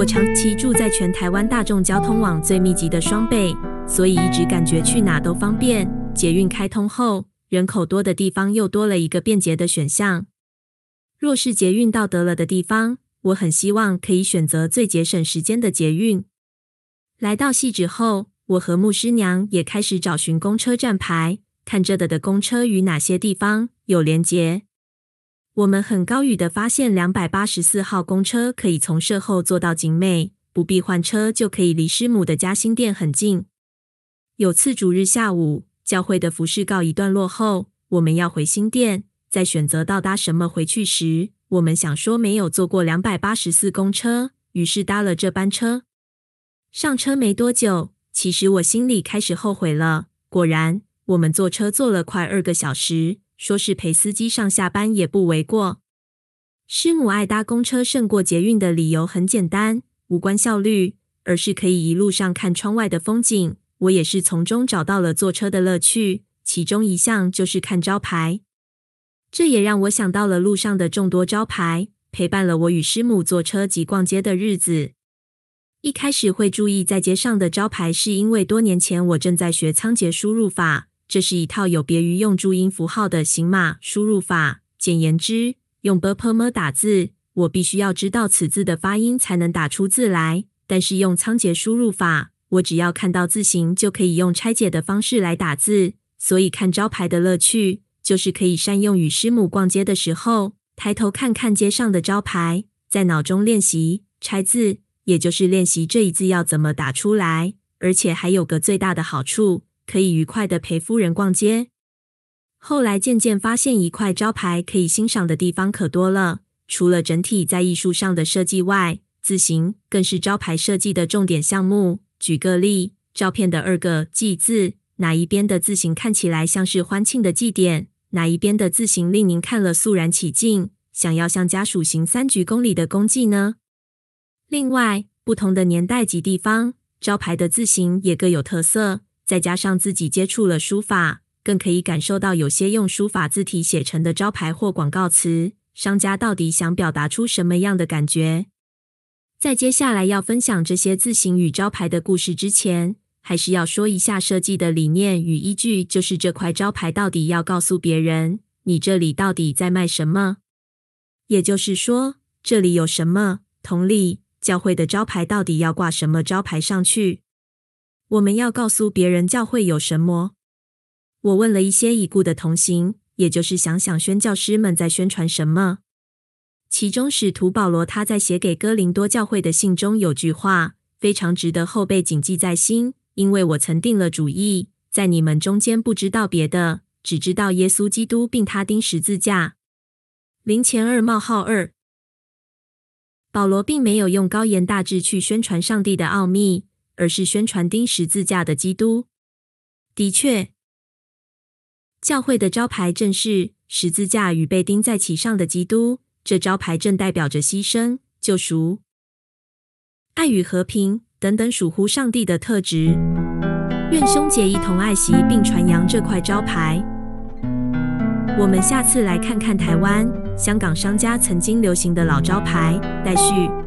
我长期住在全台湾大众交通网最密集的双北，所以一直感觉去哪都方便。捷运开通后，人口多的地方又多了一个便捷的选项。若是捷运到得了的地方，我很希望可以选择最节省时间的捷运。来到汐止后，我和牧师娘也开始找寻公车站牌，看这的公车与哪些地方有连结。我们很高语的发现284号公车可以从社后坐到景美，不必换车就可以离师母的家新店很近。有次主日下午，教会的服事告一段落后，我们要回新店，在选择到搭什么回去时，我们想说没有坐过284公车，于是搭了这班车。上车没多久，其实我心里开始后悔了。果然，我们坐车坐了快2个小时，说是陪司机上下班也不为过。师母爱搭公车胜过捷运的理由很简单，无关效率，而是可以一路上看窗外的风景。我也是从中找到了坐车的乐趣，其中一项就是看招牌。这也让我想到了路上的众多招牌，陪伴了我与师母坐车及逛街的日子。一开始会注意在街上的招牌，是因为多年前我正在学仓颉输入法，这是一套有别于用注音符号的形码输入法。简言之，用 ㄅ 打字，我必须要知道此字的发音才能打出字来，但是用仓颉输入法，我只要看到字形就可以用拆解的方式来打字。所以看招牌的乐趣，就是可以善用与师母逛街的时候，抬头看看街上的招牌，在脑中练习拆字，也就是练习这一字要怎么打出来。而且还有个最大的好处，可以愉快的陪夫人逛街。后来渐渐发现一块招牌可以欣赏的地方可多了，除了整体在艺术上的设计外，字形更是招牌设计的重点项目。举个例，照片的2个祭字，哪一边的字形看起来像是欢庆的祭典，哪一边的字形令您看了肃然起敬，想要向家属行3鞠躬礼的公祭呢？另外，不同的年代及地方，招牌的字形也各有特色，再加上自己接触了书法，更可以感受到有些用书法字体写成的招牌或广告词，商家到底想表达出什么样的感觉。在接下来要分享这些字形与招牌的故事之前，还是要说一下设计的理念与依据，就是这块招牌到底要告诉别人，你这里到底在卖什么？也就是说，这里有什么？同理，教会的招牌到底要挂什么招牌上去？我们要告诉别人教会有什么？我问了一些已故的同行，也就是想宣教师们在宣传什么。其中使徒保罗他在写给哥林多教会的信中有句话，非常值得后辈谨记在心，因为我曾定了主意，在你们中间不知道别的，只知道耶稣基督并他钉十字架。0前2：2。保罗并没有用高言大志去宣传上帝的奥秘，而是宣传钉十字架的基督。的确，教会的招牌正是十字架与被钉在其上的基督，这招牌正代表着牺牲、救赎、爱与和平等等属乎上帝的特质。愿兄姐一同爱惜并传扬这块招牌。我们下次来看看台湾、香港商家曾经流行的老招牌。待续。